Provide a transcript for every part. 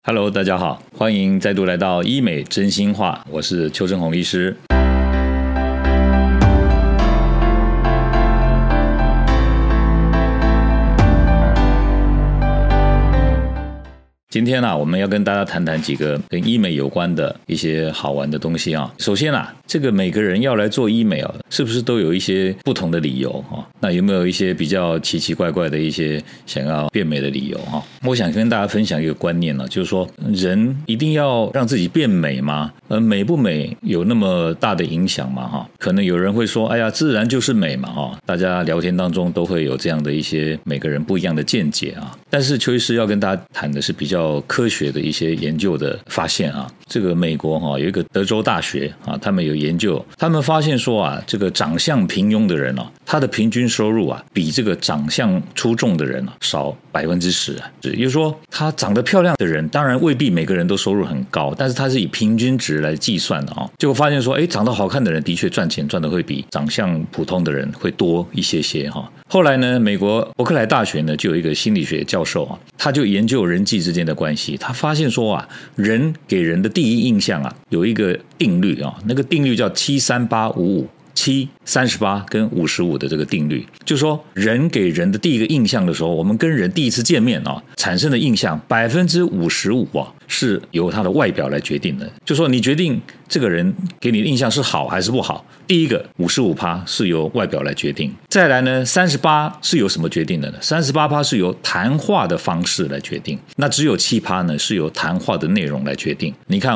Hello， 大家好，欢迎再度来到医美真心话，我是邱正宏医师。今天我们要跟大家谈谈几个跟医美有关的一些好玩的东西啊。首先这个每个人要来做医美是不是都有一些不同的理由那有没有一些比较奇奇怪怪的一些想要变美的理由我想跟大家分享一个观念就是说人一定要让自己变美吗？美不美有那么大的影响吗？可能有人会说，哎呀，自然就是美嘛大家聊天当中都会有这样的一些每个人不一样的见解但是邱医师要跟大家谈的是比较科学的一些研究的发现这个美国有一个德州大学他们有研究，他们发现说这个长相平庸的人他的平均收入比这个长相出众的人少10%也就是说他长得漂亮的人当然未必每个人都收入很高，但是他是以平均值来计算的结果发现说长得好看的人的确赚钱赚的会比长相普通的人会多一些后来呢，美国伯克莱大学呢就有一个心理学教授他就研究人际之间的关系，他发现说人给人的第一印象有一个定律那个定律叫73855。7、38跟55的这个定律，就是说人给人的第一个印象的时候，我们跟人第一次见面产生的印象55%是由他的外表来决定的。就是说你决定这个人给你的印象是好还是不好，第一个55%是由外表来决定。再来呢，38%是由什么决定的呢？38%是由谈话的方式来决定，那只有7%呢是由谈话的内容来决定。你看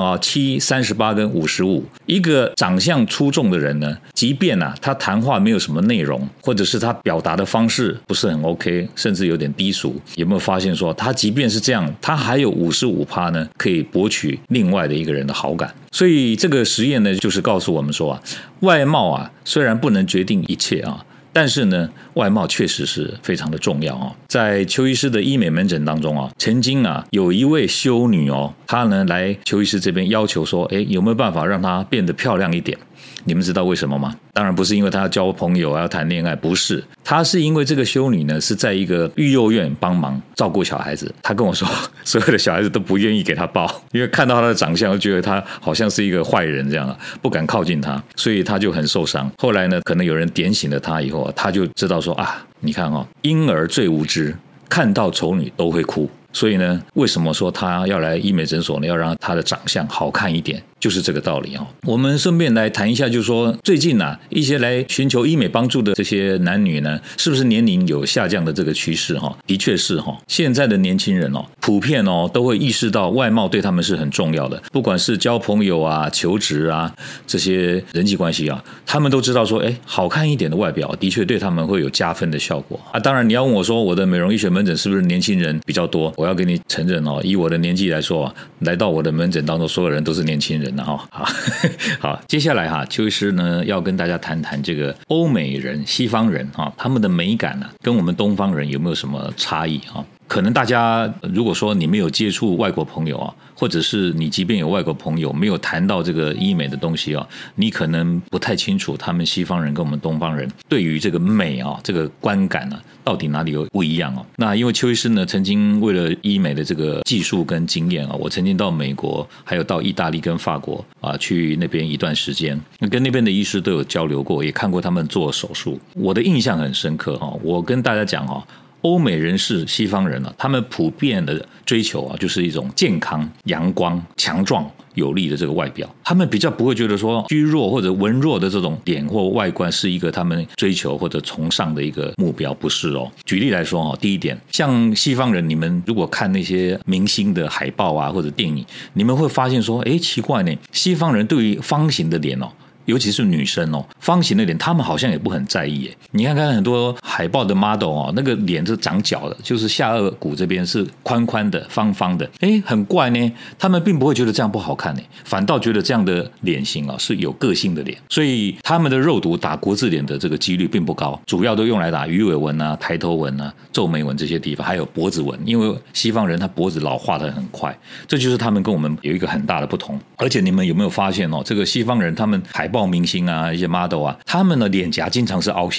7、38跟55，一个长相出众的人呢，即便他谈话没有什么内容，或者是他表达的方式不是很 OK， 甚至有点低俗，有没有发现说他即便是这样，他还有55%呢可以博取另外的一个人的好感。所以这个实验呢就是告诉我们说外貌虽然不能决定一切但是呢外貌确实是非常的重要在邱医师的医美门诊当中曾经有一位修女她呢来邱医师这边要求说有没有办法让她变得漂亮一点。你们知道为什么吗？当然不是因为她要交朋友要谈恋爱，不是，她是因为这个修女呢是在一个育幼院帮忙照顾小孩子。她跟我说所有的小孩子都不愿意给她抱，因为看到她的长相就觉得她好像是一个坏人这样不敢靠近她，所以她就很受伤。后来呢可能有人点醒了她以后，她就知道说你看婴儿最无知，看到丑女都会哭。所以呢为什么说她要来医美诊所呢？要让她的长相好看一点，就是这个道理我们顺便来谈一下，就是说最近一些来寻求医美帮助的这些男女呢，是不是年龄有下降的这个趋势的确是现在的年轻人普遍都会意识到外貌对他们是很重要的，不管是交朋友求职这些人际关系他们都知道说好看一点的外表的确对他们会有加分的效果当然你要问我说我的美容医学门诊是不是年轻人比较多，我要跟你承认以我的年纪来说来到我的门诊当中所有人都是年轻人好，接下来邱医师呢要跟大家谈谈这个欧美人西方人他们的美感跟我们东方人有没有什么差异可能大家如果说你没有接触外国朋友或者是你即便有外国朋友没有谈到这个医美的东西你可能不太清楚他们西方人跟我们东方人对于这个美这个观感到底哪里有不一样那因为邱医师呢曾经为了医美的这个技术跟经验我曾经到美国还有到意大利跟法国去那边一段时间，跟那边的医师都有交流过，也看过他们做手术，我的印象很深刻我跟大家讲欧美人士西方人他们普遍的追求就是一种健康阳光强壮有力的这个外表，他们比较不会觉得说虚弱或者文弱的这种脸或外观是一个他们追求或者崇尚的一个目标，不是举例来说第一点，像西方人，你们如果看那些明星的海报或者电影，你们会发现说奇怪呢，西方人对于方形的脸尤其是女生方形的脸他们好像也不很在意耶。你看看很多海报的 model 那个脸是长角的，就是下颚骨这边是宽宽的方方的，很怪呢，他们并不会觉得这样不好看呢，反倒觉得这样的脸型是有个性的脸，所以他们的肉毒打国字脸的这个几率并不高，主要都用来打鱼尾纹抬头纹皱眉纹这些地方，还有脖子纹，因为西方人他脖子老化得很快，这就是他们跟我们有一个很大的不同。而且你们有没有发现这个西方人他们海报明星一些 model他们的脸颊经常是凹陷的，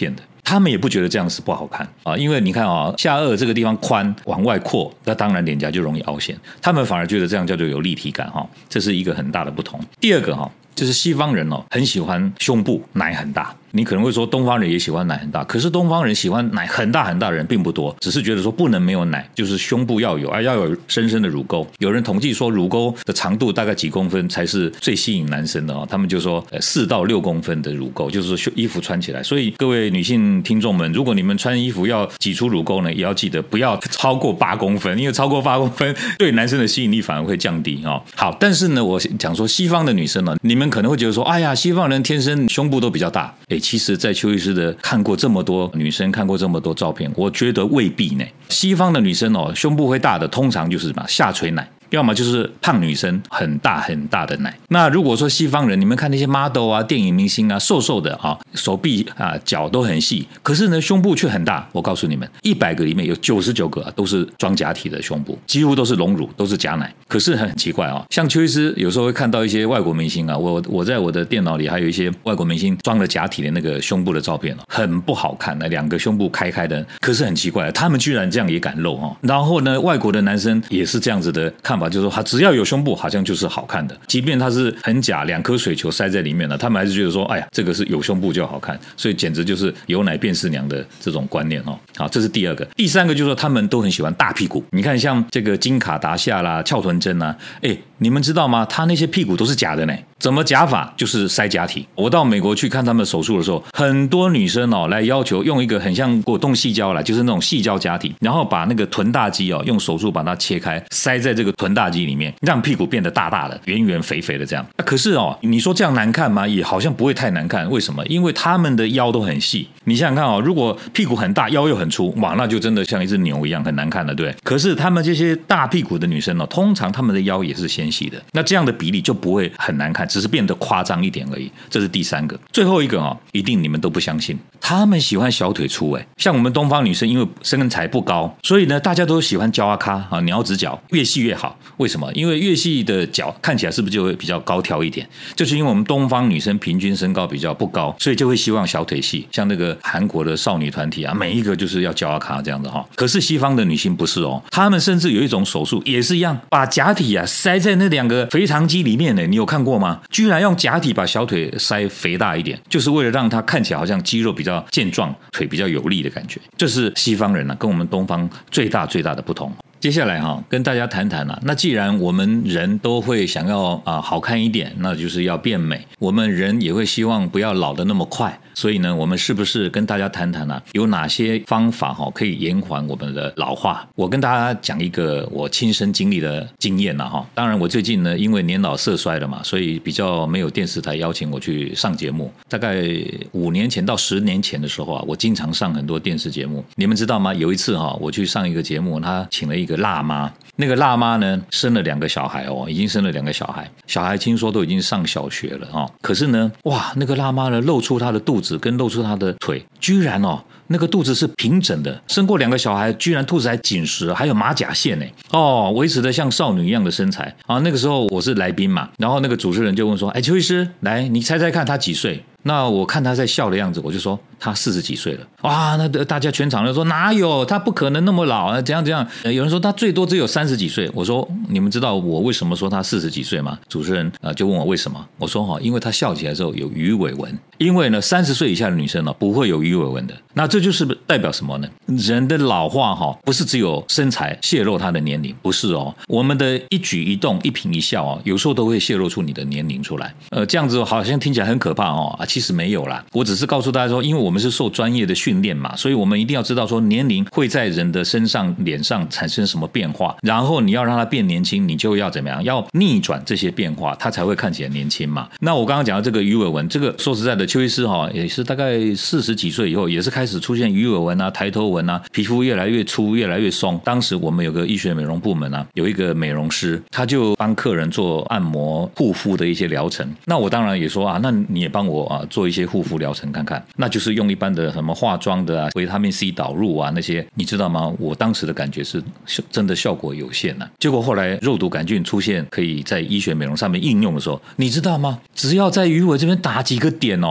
他们也不觉得这样是不好看啊，因为你看啊，下颚这个地方宽往外扩，那当然脸颊就容易凹陷，他们反而觉得这样叫做有立体感哈，这是一个很大的不同。第二个哈，就是西方人很喜欢胸部奶很大。你可能会说东方人也喜欢奶很大，可是东方人喜欢奶很大很大的人并不多，只是觉得说不能没有奶，就是胸部要有，要有深深的乳沟。有人统计说乳沟的长度大概几公分才是最吸引男生的他们就说4到6公分的乳沟，就是说衣服穿起来。所以各位女性听众们，如果你们穿衣服要挤出乳沟呢，也要记得不要超过8公分，因为超过8公分对男生的吸引力反而会降低好，但是呢，我讲说西方的女生呢，你们可能会觉得说，哎呀，西方人天生胸部都比较大，其实在邱医师的看过这么多女生，看过这么多照片，我觉得未必呢。西方的女生胸部会大的，通常就是下垂奶，要么就是胖女生很大很大的奶。那如果说西方人，你们看那些 model 啊、电影明星啊，瘦瘦的手臂脚都很细，可是呢胸部却很大。我告诉你们，100个里面有99个都是装假体的胸部，几乎都是隆乳，都是假奶。可是很奇怪像邱医师有时候会看到一些外国明星我在我的电脑里还有一些外国明星装了假体的那个胸部的照片很不好看的，2个胸部开开的。可是很奇怪，他们居然这样也敢露然后呢，外国的男生也是这样子的看法，就是说他只要有胸部好像就是好看的，即便他是很假2颗水球塞在里面了，他们还是觉得说，哎呀，这个是有胸部就好看，所以简直就是有奶便是娘的这种观念好，这是第二个。第三个就是说他们都很喜欢大屁股。你看像这个金卡达夏啦、翘臀针啊，你们知道吗？他那些屁股都是假的呢。怎么假法？就是塞假体。我到美国去看他们手术的时候，很多女生来要求用一个很像果冻细胶啦，就是那种细胶假体，然后把那个臀大肌用手术把它切开，塞在这个臀大肌里面，让屁股变得大大的、圆圆肥肥的这样。可是你说这样难看吗？也好像不会太难看。为什么？因为他们的腰都很细。你想想看如果屁股很大，腰又很粗，哇，那就真的像一只牛一样很难看了，对不对？可是他们这些大屁股的女生通常他们的腰也是纤细的，那这样的比例就不会很难看，只是变得夸张一点而已。这是第三个。最后一个一定你们都不相信，他们喜欢小腿粗像我们东方女生因为身材不高，所以呢大家都喜欢脚咖鸟趾脚，越细越好。为什么？因为越细的脚看起来是不是就会比较高挑一点？就是因为我们东方女生平均身高比较不高，所以就会希望小腿细。像那个韩国的少女团体每一个就是要脚咖这样子可是西方的女性不是她们甚至有一种手术也是一样，把假体塞在那2个肥肠肌里面呢。你有看过吗？居然用假体把小腿塞肥大一点，就是为了让它看起来好像肌肉比较健壮，腿比较有力的感觉。这是西方人跟我们东方最大的不同。接下来跟大家谈谈那既然我们人都会想要好看一点，那就是要变美。我们人也会希望不要老得那么快，所以呢，我们是不是跟大家谈谈有哪些方法可以延缓我们的老化？我跟大家讲一个我亲身经历的经验当然我最近呢因为年老色衰了嘛，所以比较没有电视台邀请我去上节目。大概5年前到10年前的时候我经常上很多电视节目。你们知道吗？有一次我去上一个节目，他请了一个辣妈。那个辣妈呢生了2个小孩已经生了2个小孩，小孩听说都已经上小学了可是呢，哇，那个辣妈呢露出她的肚子跟露出她的腿，居然那个肚子是平整的，生过2个小孩，居然肚子还紧实，还有马甲线维持的像少女一样的身材那个时候我是来宾嘛，然后那个主持人就问说，邱医师，来，你猜猜看他几岁？那我看他在笑的样子，我就说他40几岁了。哇，那大家全场就说哪有，他不可能那么老，怎样怎样。有人说他最多只有30几岁。我说你们知道我为什么说他40几岁吗？主持人就问我为什么，我说因为他笑起来的时候有鱼尾纹。因为呢30岁以下的女生不会有鱼尾纹的。那这就是代表什么呢？人的老化不是只有身材泄露他的年龄，不是我们的一举一动一颦一笑有时候都会泄露出你的年龄出来。这样子好像听起来很可怕其实没有啦。我只是告诉大家说，因为我们是受专业的训练嘛，所以我们一定要知道说年龄会在人的身上脸上产生什么变化，然后你要让它变年轻，你就要怎么样，要逆转这些变化，它才会看起来年轻嘛。那我刚刚讲的这个鱼尾纹，这个说实在的，邱医师也是大概40几岁以后也是开始出现鱼尾纹抬头纹皮肤越来越粗越来越松。当时我们有个医学美容部门有一个美容师，他就帮客人做按摩护肤的一些疗程。那我当然也说那你也帮我做一些护肤疗程看看。那就是用一般的什么化妆的维他命 C 导入那些，你知道吗？我当时的感觉是真的效果有限结果后来肉毒杆菌出现可以在医学美容上面应用的时候，你知道吗？只要在鱼尾这边打几个点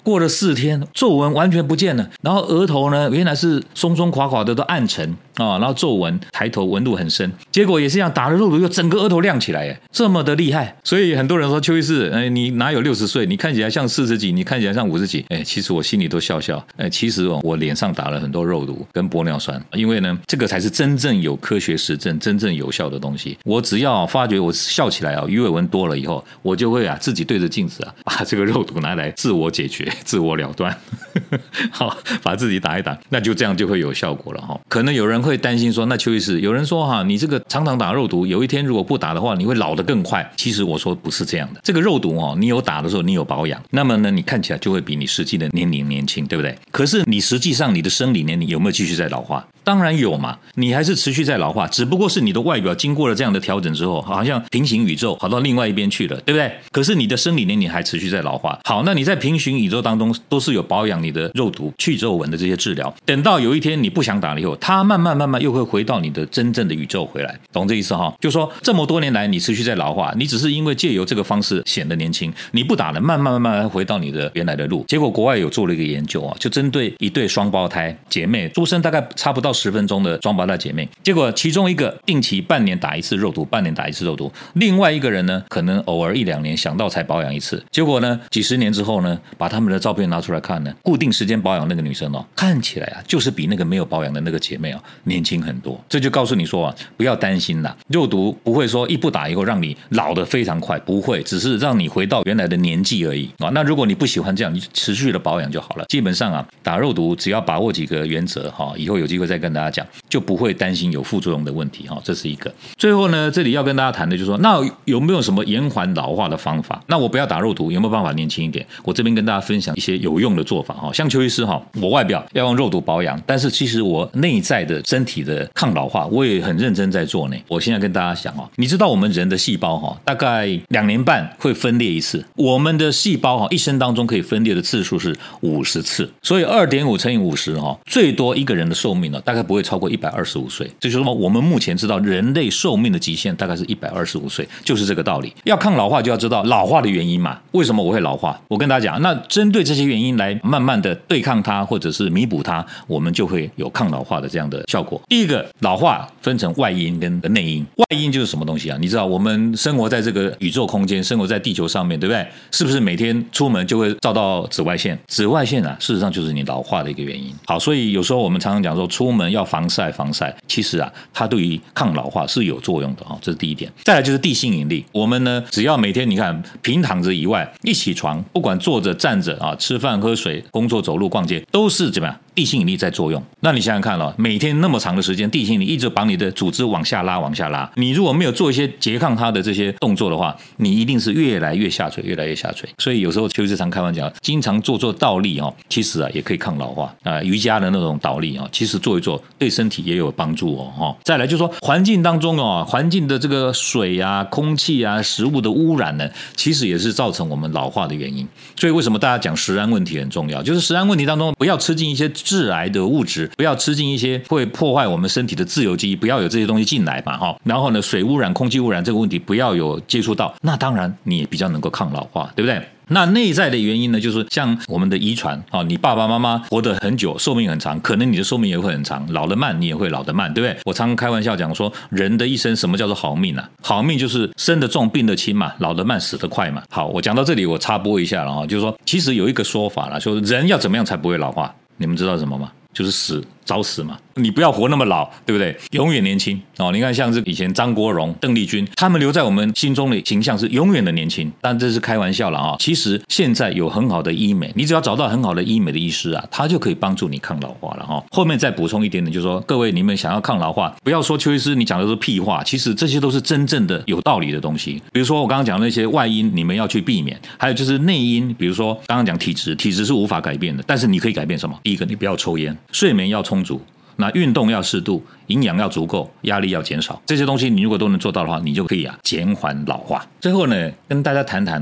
过了4天，皱纹完全不见了，然后额头呢原来是松松垮垮的都暗沉啊，然后皱纹抬头纹路很深，结果也是这样，打了肉毒又整个额头亮起来，这么的厉害。所以很多人说邱医师，你哪有60岁？你看起来像40几，你看起来像50几。其实我心里都笑笑。其实我脸上打了很多肉毒跟玻尿酸，因为呢，这个才是真正有科学实证、真正有效的东西。我只要发觉我笑起来鱼尾纹多了以后，我就会自己对着镜子把这个肉毒拿来自我解决、自我了断，好，把自己打一打，那就这样就会有效果了。可能有人会担心说，那邱医师，有人说你这个常常打肉毒，有一天如果不打的话，你会老得更快。其实我说不是这样的，这个肉毒你有打的时候，你有保养，那么呢，你看起来就会比你实际的年龄年轻，对不对？可是你实际上你的生理年龄有没有继续在老化？当然有嘛，你还是持续在老化，只不过是你的外表经过了这样的调整之后，好像平行宇宙跑到另外一边去了，对不对？可是你的生理年龄还持续在老化。好，那你在平行宇宙当中都是有保养你的肉毒、去皱纹的这些治疗，等到有一天你不想打了以后，它慢慢又会回到你的真正的宇宙回来，懂这意思就说这么多年来你持续在老化，你只是因为借由这个方式显得年轻，你不打了，慢慢回到你的原来的路。结果国外有做了一个研究就针对一对双胞胎姐妹，出生大概差不到10分钟的双胞胎姐妹，结果其中一个定期半年打一次肉毒，另外一个人呢，可能偶尔1-2年想到才保养一次。结果呢，几十年之后呢，把他们的照片拿出来看呢，固定时间保养那个女生看起来就是比那个没有保养的那个姐妹年轻很多。这就告诉你说不要担心啦，肉毒不会说一不打以后让你老得非常快，不会，只是让你回到原来的年纪而已那如果你不喜欢这样，你持续的保养就好了。基本上打肉毒只要把握几个原则以后有机会再跟大家讲，就不会担心有副作用的问题这是一个。最后呢，这里要跟大家谈的就是说，那有没有什么延缓老化的方法？那我不要打肉毒，有没有办法年轻一点？我这边跟大家分享一些有用的做法像邱医师我外表要用肉毒保养，但是其实我内在的身体的抗老化我也很认真在做呢。我现在跟大家讲你知道我们人的细胞大概2年半会分裂一次，我们的细胞一生当中可以分裂的次数是50次，所以2.5乘以50最多一个人的寿命大概不会超过125岁。这就是说我们目前知道人类寿命的极限大概是125岁，就是这个道理。要抗老化就要知道老化的原因嘛，为什么我会老化？我跟大家讲，那针对这些原因来慢慢的对抗它或者是弥补它，我们就会有抗老化的这样的效果。第一个，老化分成外因跟内因。外因就是什么东西你知道我们生活在这个宇宙空间，生活在地球上面，对不对？是不是每天出门就会照到紫外线？紫外线事实上就是你老化的一个原因。好，所以有时候我们常常讲说出门要防晒，其实它对于抗老化是有作用的这是第一点。再来就是地心引力，我们呢只要每天你看平躺着以外，一起床不管坐着站着吃饭喝水工作走路逛街，都是怎么样地心引力在作用。那你想想看每天那么长的时间，地心引力一直把你的组织往下拉，你如果没有做一些拮抗它的这些动作的话，你一定是越来越下垂。所以有时候邱医师常开玩笑，经常做倒立其实也可以抗老化瑜伽的那种倒立其实做一做对身体也有帮助再来就是说环境当中环境的这个水空气食物的污染呢，其实也是造成我们老化的原因。所以为什么大家讲食安问题很重要，就是食安问题当中不要吃进一些致癌的物质，不要吃进一些会破坏我们身体的自由基，不要有这些东西进来嘛然后呢，水污染空气污染这个问题不要有接触到，那当然你也比较能够抗老化，对不对？那内在的原因呢，就是像我们的遗传你爸爸妈妈活得很久，寿命很长，可能你的寿命也会很长，老得慢你也会老得慢，对不对？我常开玩笑讲说，人的一生什么叫做好命好命就是生得重病得轻嘛，老得慢死得快嘛。好，我讲到这里我插播一下了就是说其实有一个说法就是人要怎么样才不会老化，你们知道什么吗？就是早死嘛，你不要活那么老，对不对？永远年轻你看像是以前张国荣、邓丽君，他们留在我们心中的形象是永远的年轻，但这是开玩笑了其实现在有很好的医美，你只要找到很好的医美的医师他就可以帮助你抗老化了后面再补充一点点，就是说各位你们想要抗老化，不要说邱医师你讲的是屁话，其实这些都是真正的有道理的东西。比如说我刚刚讲的那些外因你们要去避免，还有就是内因，比如说刚刚讲体质是无法改变的，但是你可以改变什么？第一个，你不要抽烟，睡眠要充足，那运动要适度，营养要足够，压力要减少，这些东西你如果都能做到的话，你就可以减缓老化。最后呢，跟大家谈谈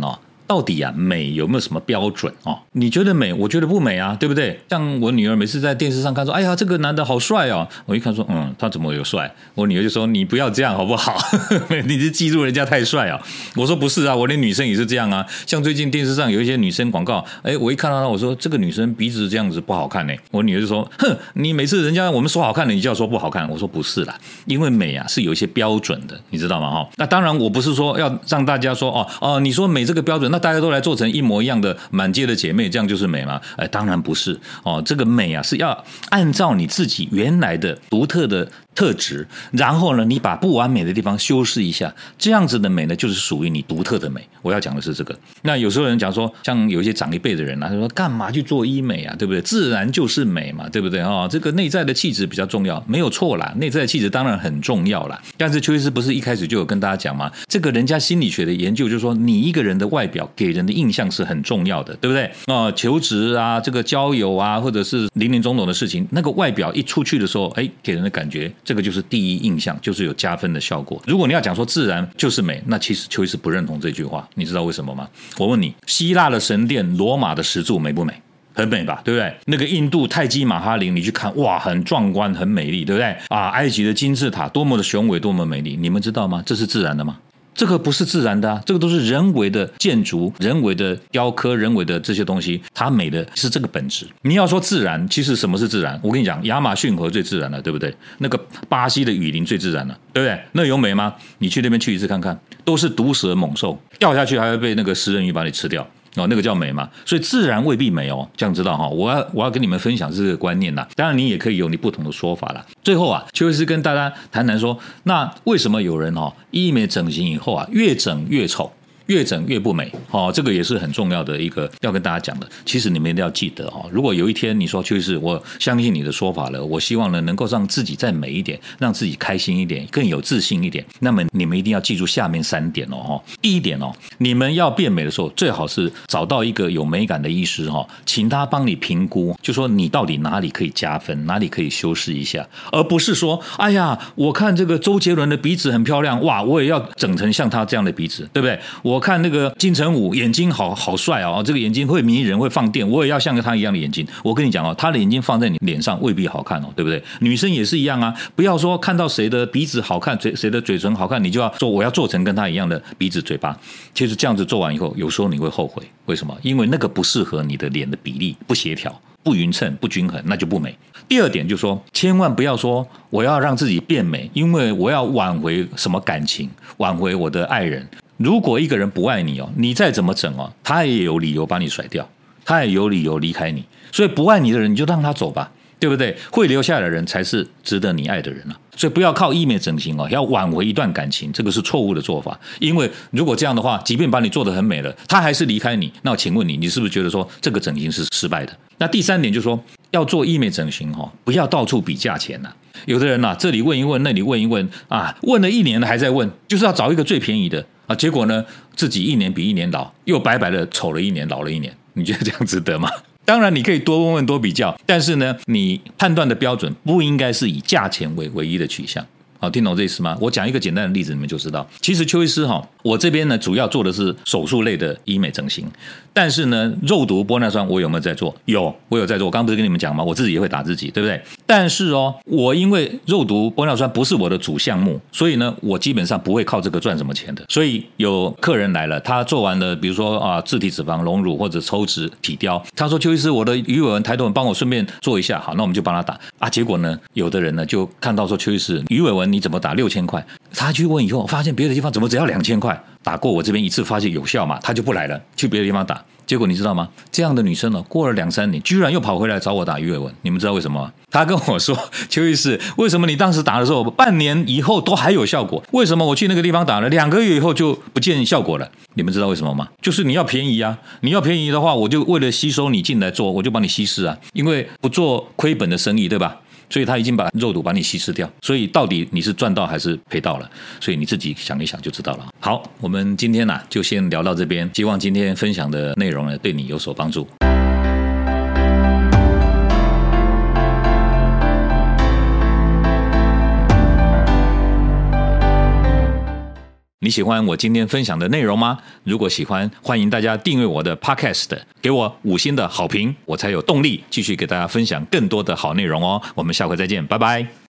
到底啊美有没有什么标准哦？你觉得美，我觉得不美啊，对不对？像我女儿每次在电视上看说，哎呀这个男的好帅哦，我一看说他怎么有帅？我女儿就说你不要这样好不好？你是嫉妒人家太帅啊？我说不是啊，我连女生也是这样啊。像最近电视上有一些女生广告，我一看到她，我说这个女生鼻子这样子不好看呢。我女儿就说，哼，你每次人家我们说好看的，你就要说不好看。我说不是啦，因为美啊是有一些标准的，你知道吗？那当然我不是说要让大家说你说美这个标准，那大家都来做成一模一样的满街的姐妹，这样就是美吗？当然不是这个美啊是要按照你自己原来的独特的特质，然后呢你把不完美的地方修饰一下，这样子的美呢就是属于你独特的美。我要讲的是这个。那有时候人讲说，像有一些长一辈的人啊，他说干嘛去做医美啊，对不对？自然就是美嘛，对不对？这个内在的气质比较重要，没有错啦，内在的气质当然很重要啦。但是邱医师不是一开始就有跟大家讲吗？这个人家心理学的研究就是说，你一个人的外表给人的印象是很重要的，对不对？求职啊，这个交友啊，或者是林林总总的事情，那个外表一出去的时候，给人的感觉，这个就是第一印象，就是有加分的效果。如果你要讲说自然就是美，那其实邱医师不认同这句话，你知道为什么吗？我问你，希腊的神殿、罗马的石柱美不美？很美吧，对不对？那个印度泰姬玛哈陵你去看，哇，很壮观，很美丽，对不对？埃及的金字塔多么的雄伟，多么美丽，你们知道吗？这是自然的吗？这个不是自然的这个都是人为的建筑、人为的雕刻、人为的这些东西，它美的是这个本质。你要说自然，其实什么是自然？我跟你讲，亚马逊河最自然了，对不对？那个巴西的雨林最自然了，对不对？那有美吗？你去那边去一次看看，都是毒蛇猛兽，掉下去还会被那个食人鱼把你吃掉。那个叫美嘛，所以自然未必美这样知道我要跟你们分享这个观念啦。当然你也可以有你不同的说法啦。最后邱医师跟大家谈谈说，那为什么有人医美整形以后越整越丑，越整越不美这个也是很重要的一个要跟大家讲的。其实你们一定要记得如果有一天你说邱医师我相信你的说法了，我希望呢能够让自己再美一点，让自己开心一点，更有自信一点，那么你们一定要记住下面3点第一点你们要变美的时候，最好是找到一个有美感的医师请他帮你评估，就说你到底哪里可以加分，哪里可以修饰一下，而不是说哎呀我看这个周杰伦的鼻子很漂亮，哇我也要整成像他这样的鼻子，对不对？我看那个金城武眼睛好帅这个眼睛会迷人，会放电，我也要像他一样的眼睛。我跟你讲他的眼睛放在你脸上未必好看对不对？女生也是一样不要说看到谁的鼻子好看，谁的嘴唇好看，你就要说我要做成跟他一样的鼻子嘴巴。其实这样子做完以后，有时候你会后悔。为什么？因为那个不适合你的脸的比例，不协调，不匀称，不均衡，那就不美。第二点就是说，千万不要说我要让自己变美，因为我要挽回什么感情，挽回我的爱人。如果一个人不爱你你再怎么整他也有理由把你甩掉，他也有理由离开你。所以不爱你的人你就让他走吧，对不对？会留下来的人才是值得你爱的人所以不要靠医美整形要挽回一段感情，这个是错误的做法。因为如果这样的话，即便把你做得很美了，他还是离开你，那请问你是不是觉得说这个整形是失败的？那第3点就是说，要做医美整形不要到处比价钱有的人这里问一问，那里问一问问了1年了还在问，就是要找一个最便宜的结果呢自己1年比1年老，又白白的丑了1年，老了1年。你觉得这样值得吗？当然你可以多问问多比较，但是呢你判断的标准不应该是以价钱为唯一的取向。好，听懂这意思吗？我讲一个简单的例子你们就知道。其实邱医师我这边呢主要做的是手术类的医美整形，但是呢肉毒玻尿酸我有没有在做？有，我有在做。我刚不是跟你们讲吗？我自己也会打自己，对不对？但是我因为肉毒玻尿酸不是我的主项目，所以呢我基本上不会靠这个赚什么钱的。所以有客人来了，他做完了比如说自体脂肪隆乳或者抽脂体雕，他说邱医师我的鱼尾纹抬头纹帮我顺便做一下，好，那我们就帮他打结果呢有的人呢就看到说邱医师鱼尾纹你怎么打6000块，他去问以后发现别的地方怎么只要2000块，打过我这边一次发现有效嘛，他就不来了，去别的地方打。结果你知道吗？这样的女生过了2-3年居然又跑回来找我打鱼尾纹。你们知道为什么吗？她跟我说，邱医师为什么你当时打的时候半年以后都还有效果，为什么我去那个地方打了2个月以后就不见效果了？你们知道为什么吗？就是你要便宜你要便宜的话，我就为了吸收你进来做，我就帮你稀释因为不做亏本的生意，对吧？所以他已经把肉毒把你稀释掉，所以到底你是赚到还是赔到了？所以你自己想一想就知道了。好，我们今天就先聊到这边，希望今天分享的内容呢对你有所帮助。 你喜欢我今天分享的内容吗？如果喜欢，欢迎大家订阅我的 Podcast， 给我5星的好评，我才有动力继续给大家分享更多的好内容哦。我们下回再见，拜拜。